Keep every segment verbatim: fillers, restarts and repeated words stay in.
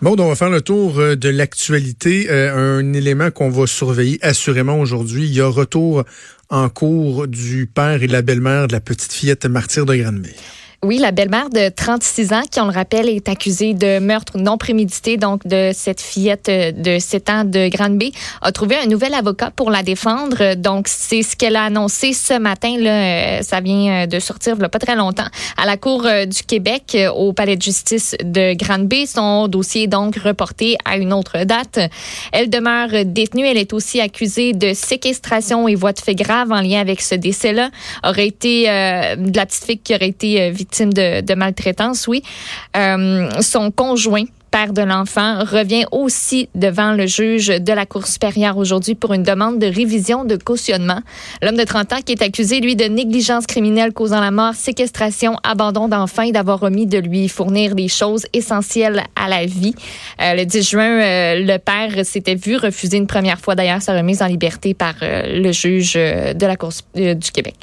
Bon, on va faire le tour de l'actualité. Euh, un élément qu'on va surveiller assurément aujourd'hui. Il y a retour en cours du père et de la belle-mère de la petite fillette martyre de Granby. Oui, la belle-mère de trente-six ans, qui, on le rappelle, est accusée de meurtre non prémédité, donc de cette fillette de sept ans de Granby, a trouvé un nouvel avocat pour la défendre. Donc, c'est ce qu'elle a annoncé ce matin. Là, ça vient de sortir il n'y a pas très longtemps à la Cour du Québec, au Palais de justice de Granby. Son dossier est donc reporté à une autre date. Elle demeure détenue. Elle est aussi accusée de séquestration et voies de fait graves en lien avec ce décès-là. Aurait été euh, de la petite fille qui aurait été victime De, de maltraitance, oui. Euh, son conjoint, père de l'enfant, revient aussi devant le juge de la Cour supérieure aujourd'hui pour une demande de révision de cautionnement. L'homme de trente ans qui est accusé, lui, de négligence criminelle causant la mort, séquestration, abandon d'enfant et d'avoir omis de lui fournir des choses essentielles à la vie. Euh, le dix juin, euh, le père s'était vu refuser une première fois, d'ailleurs, sa remise en liberté par euh, le juge de la Cour euh, du Québec.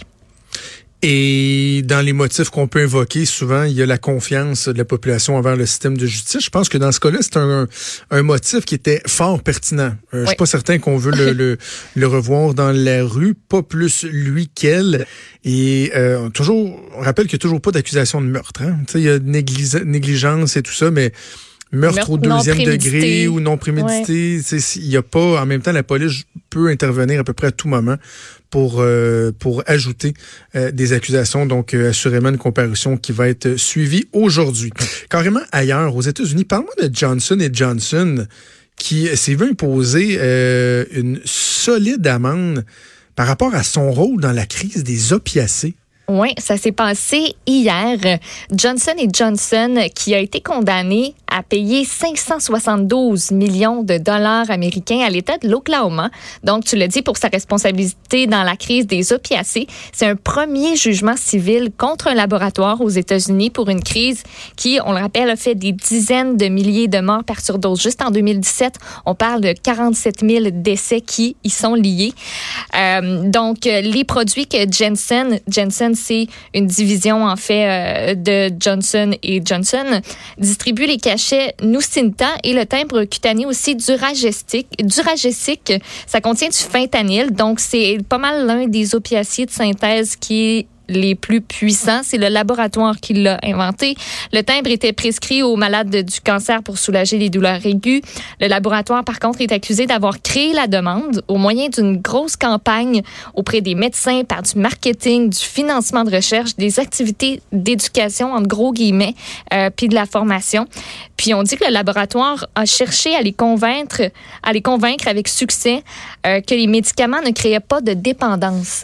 Et dans les motifs qu'on peut invoquer, souvent, il y a la confiance de la population envers le système de justice. Je pense que dans ce cas-là, c'est un, un motif qui était fort pertinent. Euh, oui. Je suis pas certain qu'on veut le, le, le revoir dans la rue, pas plus lui qu'elle. Et euh, toujours, on rappelle qu'il n'y a toujours pas d'accusation de meurtre. Hein? Tu sais, il y a néglig- négligence et tout ça, mais meurtre, meurtre au deuxième degré ou non prémédité, il n'y a pas. En même temps, la police peut intervenir à peu près à tout moment pour euh, pour ajouter euh, des accusations. Donc, euh, assurément, une comparution qui va être suivie aujourd'hui. Carrément ailleurs, aux États-Unis, parle-moi de Johnson and Johnson qui s'est vu imposer euh, une solide amende par rapport à son rôle dans la crise des opiacés. Oui, ça s'est passé hier. Johnson and Johnson, qui a été condamné à payer cinq cent soixante-douze millions de dollars américains à l'État de l'Oklahoma. Donc, tu l'as dit, pour sa responsabilité dans la crise des opiacés. C'est un premier jugement civil contre un laboratoire aux États-Unis pour une crise qui, on le rappelle, a fait des dizaines de milliers de morts par surdose. Juste en deux mille dix-sept, on parle de quarante-sept mille décès qui y sont liés. Euh, donc, les produits que Janssen, Janssen, c'est une division, en fait, euh, de Johnson and Johnson, distribue les cachets Nucynta et le timbre cutané aussi Duragesic. Duragesic, ça contient du fentanyl, donc c'est pas mal l'un des opiacés de synthèse qui est les plus puissants. C'est le laboratoire qui l'a inventé. Le timbre était prescrit aux malades du cancer pour soulager les douleurs aiguës. Le laboratoire, par contre, est accusé d'avoir créé la demande au moyen d'une grosse campagne auprès des médecins par du marketing, du financement de recherche, des activités d'éducation, entre gros guillemets, euh, puis de la formation. Puis on dit que le laboratoire a cherché à les convaincre, à les convaincre avec succès euh, que les médicaments ne créaient pas de dépendance.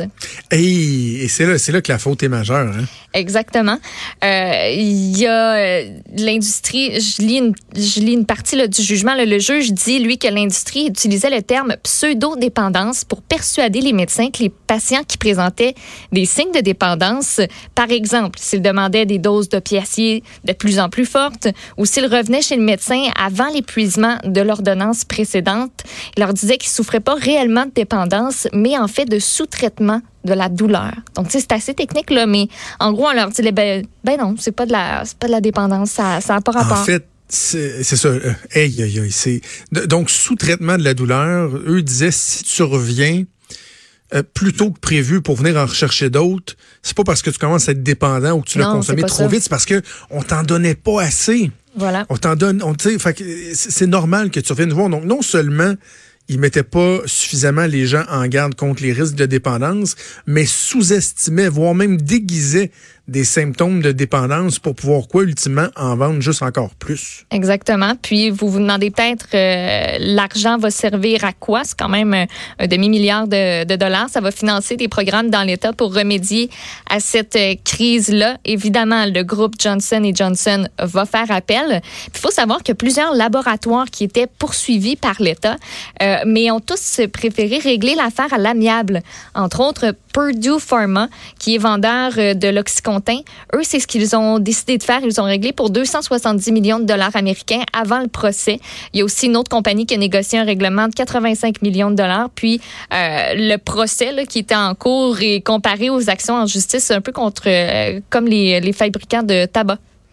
Hey, et c'est là, c'est là que la faute est majeure. Hein? Exactement. Euh, il y a euh, l'industrie, je lis une, je lis une partie là, du jugement. Là, le juge dit, lui, que l'industrie utilisait le terme pseudo-dépendance pour persuader les médecins que les patients qui présentaient des signes de dépendance, par exemple, s'ils demandaient des doses d'opiacés de plus en plus fortes ou s'ils revenaient chez le médecin avant l'épuisement de l'ordonnance précédente, il leur disait qu'ils ne souffraient pas réellement de dépendance, mais en fait de sous-traitement de la douleur. Donc, tu sais, c'est assez technique, là, mais en gros, on leur dit, ben, ben non, c'est pas de la, c'est pas de la dépendance, ça n'a pas rapport. En fait, c'est, c'est ça. Euh, hey, hey, hey, c'est, donc, sous-traitement de la douleur, eux disaient, si tu reviens euh, plus tôt que prévu pour venir en rechercher d'autres, c'est pas parce que tu commences à être dépendant ou que tu non, l'as consommé trop ça. vite, c'est parce que on t'en donnait pas assez. Voilà. On t'en donne, on, tu sais, fait que c'est normal que tu reviennes voir. Donc, non seulement ils mettaient pas suffisamment les gens en garde contre les risques de dépendance, mais sous-estimaient, voire même déguisaient des symptômes de dépendance pour pouvoir, quoi, ultimement, en vendre juste encore plus. Exactement. Puis, vous vous demandez peut-être, euh, l'argent va servir à quoi? C'est quand même un demi-milliard de, de dollars. Ça va financer des programmes dans l'État pour remédier à cette euh, crise-là. Évidemment, le groupe Johnson and Johnson va faire appel. Il faut savoir qu'il y a plusieurs laboratoires qui étaient poursuivis par l'État, euh, mais ont tous préféré régler l'affaire à l'amiable. Entre autres, Purdue Pharma, qui est vendeur de l'Oxycontin. Eux, c'est ce qu'ils ont décidé de faire. Ils ont réglé pour deux cent soixante-dix millions de dollars américains avant le procès. Il y a aussi une autre compagnie qui a négocié un règlement de quatre-vingt-cinq millions de dollars. Puis, euh, le procès là, qui était en cours est comparé aux actions en justice un peu contre, euh, comme les, les fabricants de tabac.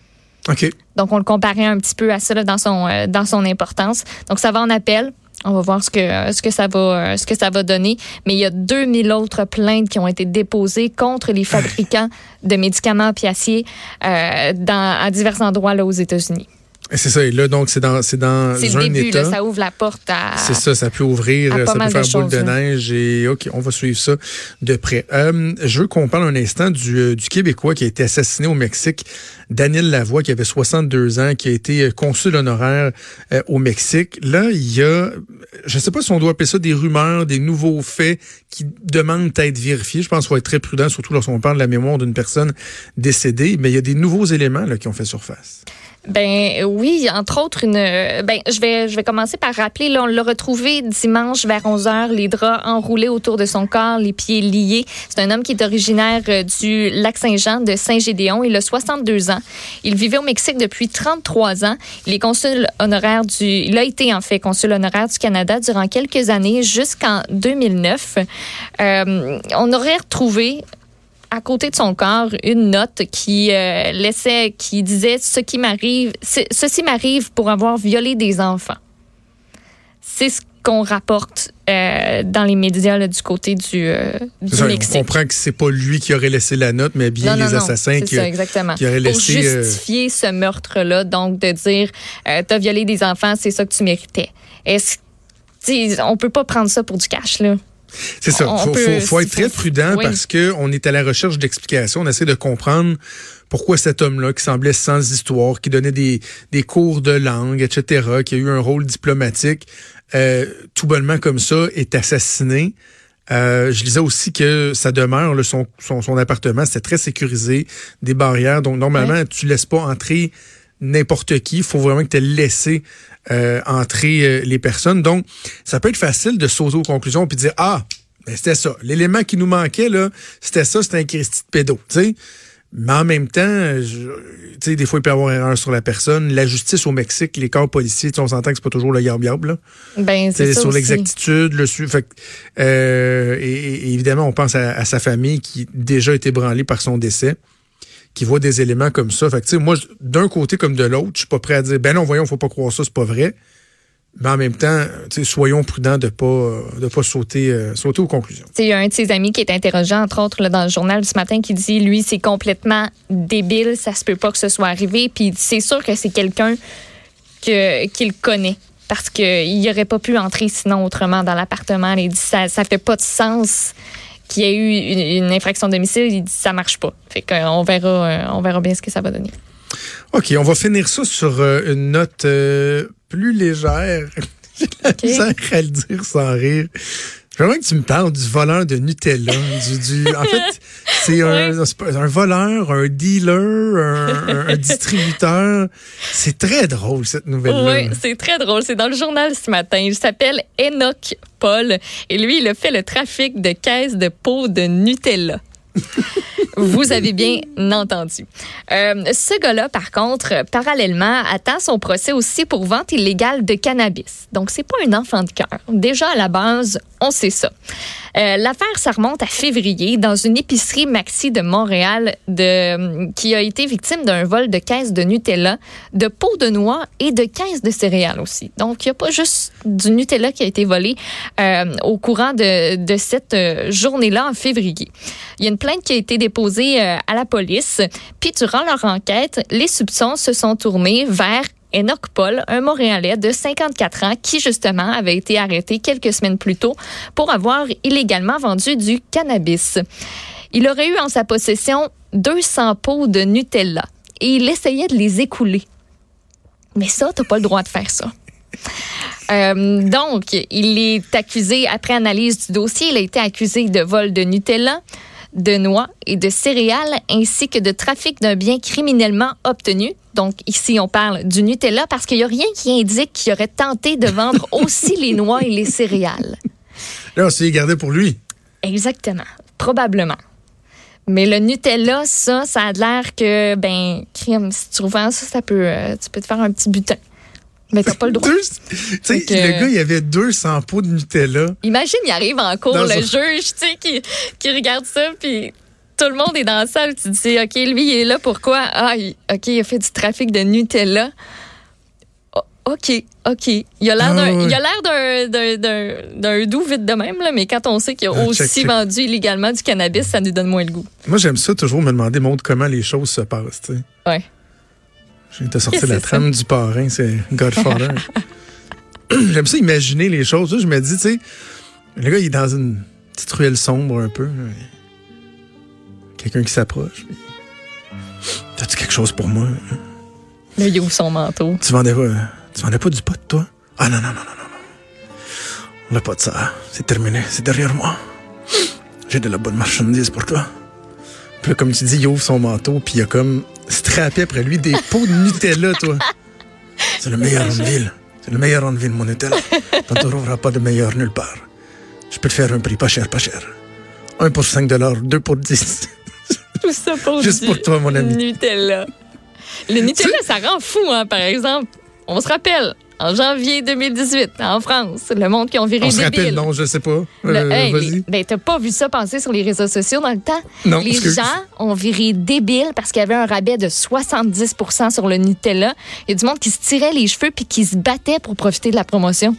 OK. Donc, on le comparait un petit peu à ça là, dans son euh, dans son importance. Donc, ça va en appel. On va voir ce que ce que ça va ce que ça va donner. Mais il y a deux mille autres plaintes qui ont été déposées contre les fabricants de médicaments opiacés euh, dans à divers endroits là aux États-Unis. C'est ça. Et là, donc, c'est dans, c'est dans c'est un le début, État. Là, ça ouvre la porte à... C'est ça, ça peut ouvrir, ça peut faire boule de neige. Et OK, on va suivre ça de près. Euh, je veux qu'on parle un instant du, du Québécois qui a été assassiné au Mexique, Daniel Lavoie, qui avait soixante-deux ans, qui a été consul honoraire euh, au Mexique. Là, il y a, je ne sais pas si on doit appeler ça des rumeurs, des nouveaux faits qui demandent à être vérifiés. Je pense qu'il faut être très prudent, surtout lorsqu'on parle de la mémoire d'une personne décédée. Mais il y a des nouveaux éléments là, qui ont fait surface. Ben oui, entre autres une ben je vais je vais commencer par rappeler là on l'a retrouvé dimanche vers onze heures, les draps enroulés autour de son corps, les pieds liés. C'est un homme qui est originaire du Lac-Saint-Jean de Saint-Gédéon, il a soixante-deux ans. Il vivait au Mexique depuis trente-trois ans. Il est consul honoraire du il a été en fait consul honoraire du Canada durant quelques années jusqu'en deux mille neuf. Euh, on aurait retrouvé à côté de son corps une note qui euh, laissait, qui disait ce qui m'arrive, ceci m'arrive pour avoir violé des enfants. C'est ce qu'on rapporte euh, dans les médias là, du côté du, euh, du ça, Mexique. On comprend que c'est pas lui qui aurait laissé la note, mais bien non, les non, assassins non, qui, ça, exactement. qui auraient laissé... Pour justifier euh... ce meurtre-là, donc de dire euh, t'as violé des enfants, c'est ça que tu méritais. Est-ce, on peut pas prendre ça pour du cash, là. C'est ça. Il faut, peut, faut, faut être très prudent oui. parce qu'on est à la recherche d'explications. On essaie de comprendre pourquoi cet homme-là, qui semblait sans histoire, qui donnait des, des cours de langue, et cetera, qui a eu un rôle diplomatique, euh, tout bonnement comme ça, est assassiné. Euh, je disais aussi que sa demeure, là, son, son, son appartement, c'était très sécurisé, des barrières. Donc, normalement, oui. tu laisses pas entrer n'importe qui. Il faut vraiment que tu aies laissé euh, entrer euh, les personnes. Donc, ça peut être facile de sauter aux conclusions puis de dire « Ah, ben c'était ça. L'élément qui nous manquait, là, c'était ça, c'était un Christy de pédo. » Tu sais? Mais en même temps, tu sais, des fois, il peut y avoir erreur sur la personne. La justice au Mexique, les corps policiers, on s'entend que c'est pas toujours le yarb-yarb, là. Ben, c'est ça sur aussi. L'exactitude, le suivi. Fait, euh, et, et évidemment, on pense à, à sa famille qui déjà a été ébranlée par son décès, qui voit des éléments comme ça. Fait que, tu sais, moi, d'un côté comme de l'autre, je suis pas prêt à dire, ben non, voyons, faut pas croire ça, c'est pas vrai. Mais en même temps, tu sais, soyons prudents de pas de pas sauter euh, sauter aux conclusions. Il y a un de ses amis qui est interrogé, entre autres, là, dans le journal ce matin, qui dit, lui, c'est complètement débile, ça se peut pas que ce soit arrivé. Puis c'est sûr que c'est quelqu'un que qu'il connaît. Parce qu'il n'aurait pas pu entrer sinon autrement dans l'appartement. Il dit, ça, ça fait pas de sens qu'il y ait eu une, une infraction de domicile. Il dit, ça marche pas. Fait qu'on verra, on verra bien ce que ça va donner. OK, on va finir ça sur euh, une note euh, plus légère. J'ai la okay. misère à le dire sans rire. J'aimerais que tu me parles du voleur de Nutella. du, du, en fait, c'est un, oui. un voleur, un dealer, un, un, un distributeur. C'est très drôle, cette nouvelle-là. Oui, c'est très drôle. C'est dans le journal ce matin. Il s'appelle Enoch Paul. Et lui, il a fait le trafic de caisses de pots de Nutella. Vous avez bien entendu. Euh, ce gars-là, par contre, parallèlement, attend son procès aussi pour vente illégale de cannabis. Donc, c'est pas un enfant de cœur. Déjà, à la base, on sait ça. Euh, l'affaire, ça remonte à février dans une épicerie Maxi de Montréal de, qui a été victime d'un vol de caisses de Nutella, de pots de noix et de caisses de céréales aussi. Donc, il n'y a pas juste du Nutella qui a été volé euh, au courant de, de cette journée-là en février. Il y a une plainte qui a été déposée euh, à la police. Puis, durant leur enquête, les soupçons se sont tournés vers Enoch Paul, un Montréalais de cinquante-quatre ans qui, justement, avait été arrêté quelques semaines plus tôt pour avoir illégalement vendu du cannabis. Il aurait eu en sa possession deux cents pots de Nutella et il essayait de les écouler. Mais ça, t'as pas le droit de faire ça. Euh, donc, il est accusé, après analyse du dossier, il a été accusé de vol de Nutella, de noix et de céréales, ainsi que de trafic d'un bien criminellement obtenu. Donc, ici, on parle du Nutella parce qu'il n'y a rien qui indique qu'il aurait tenté de vendre aussi les noix et les céréales. Là, on s'est gardé pour lui. Exactement. Probablement. Mais le Nutella, ça, ça a l'air que, ben, crime, si tu revends ça, ça peut, euh, tu peux te faire un petit butin. Mais t'as pas le droit. Tu sais, le gars, il avait deux cents pots de Nutella. Imagine, il arrive en cours, Dans le un... juge, tu sais, qui, qui regarde ça, puis Tout le monde est dans la salle. Tu te dis, OK, lui, il est là. Pourquoi? Ah, il, OK, il a fait du trafic de Nutella. Oh, OK, OK. Il a l'air Ah, d'un, ouais. il a l'air d'un, d'un, d'un, d'un doux vite de même, là, mais quand on sait qu'il a Ah, aussi check, check. vendu illégalement du cannabis, ça nous donne moins le goût. Moi, j'aime ça toujours me demander, montre comment les choses se passent, tu sais. Ouais. J'ai te sorti Qu'est-ce la que c'est trame du parrain, c'est Godfather. J'aime ça imaginer les choses. Là, je me dis, tu sais, le gars, il est dans une petite ruelle sombre un peu. Là. Quelqu'un qui s'approche. Puis... T'as-tu quelque chose pour moi? Là, il ouvre son manteau. Tu vendais pas, tu vendais pas du pot, toi? Ah non, non, non, non, non. non. On n'a pas de ça. C'est terminé. C'est derrière moi. J'ai de la bonne marchandise pour toi. Puis là, comme tu dis, il ouvre son manteau, puis il y a comme strappé après lui des pots de Nutella, toi. C'est le meilleur en ville. C'est le meilleur en ville, mon Nutella. T'en trouveras pas de meilleur nulle part. Je peux te faire un prix pas cher, pas cher. Un pour cinq dollars, deux pour dix. Tout ça pour Juste du pour toi, mon ami. Nutella. Le Nutella, ça rend fou, hein, par exemple. On se rappelle, en janvier deux mille dix-huit, en France, le monde qui ont viré On se débile. rappelle, non, je sais pas. Le- Euh, hey, vas-y. les- ben, t'as pas vu ça passer sur les réseaux sociaux dans le temps? Non, Les excuse. gens ont viré débile parce qu'il y avait un rabais de soixante-dix pour cent sur le Nutella. Il y a du monde qui se tirait les cheveux puis qui se battait pour profiter de la promotion.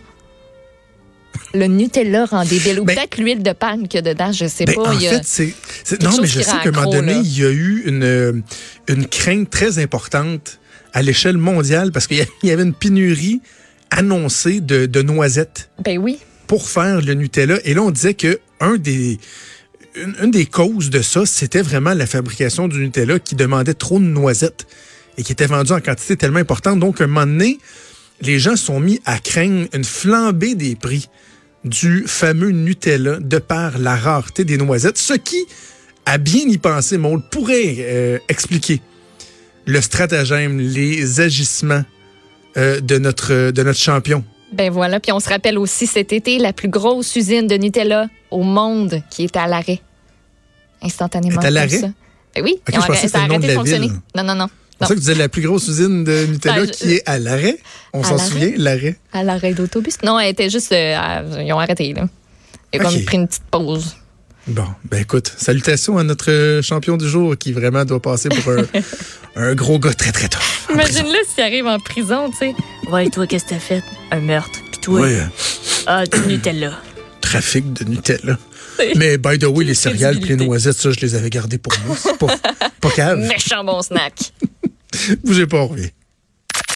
Le Nutella rend débile. Ou Ben- peut-être l'huile de palme qu'il y a dedans, je sais Ben, pas. en il y a- fait, c'est. c'est- quelque Non, mais chose je qui sais rend qu'à un moment accro, donné, là. il y a eu une, euh, une crainte très importante à l'échelle mondiale parce qu'il y a- il y avait une pénurie annoncée de, de noisettes Ben oui. pour faire le Nutella. Et là, on disait que un des, une, une des causes de ça, c'était vraiment la fabrication du Nutella qui demandait trop de noisettes et qui était vendu en quantité tellement importante. Donc, à un moment donné, les gens se sont mis à craindre une flambée des prix du fameux Nutella de par la rareté des noisettes, ce qui, à bien y penser, Maud, pourrait euh, expliquer le stratagème, les agissements euh, de notre de notre champion. Ben voilà. Puis on se rappelle aussi cet été, la plus grosse usine de Nutella au monde qui était à l'arrêt. Instantanément. Est à comme l'arrêt? ça. Ben oui. Ok, ils ont je pensais que arrêté- ça a c'était le nom arrêté de de la fonctionner. ville. Non, non, non. C'est pour ça que tu disais la plus grosse usine de Nutella Ben, je- qui est à l'arrêt. On À s'en l'arrêt? souvient, l'arrêt. À l'arrêt d'autobus. Non, elle était juste. euh, à- ils ont arrêté, là. Ils ont Ok. comme pris une petite pause. Bon, ben écoute, salutations à notre euh, champion du jour qui vraiment doit passer pour un, un gros gars très très tôt. Imagine-le s'il arrive en prison, tu sais. Ouais, toi, qu'est-ce que t'as fait? Un meurtre. Puis toi? Oui, Ah, du Nutella. trafic de Nutella. C'est- Mais by the way, les céréales crédibilité. et les noisettes, ça, je les avais gardées pour moi. C'est pas, pas cave. Méchant bon snack. Bougez pas, on revient.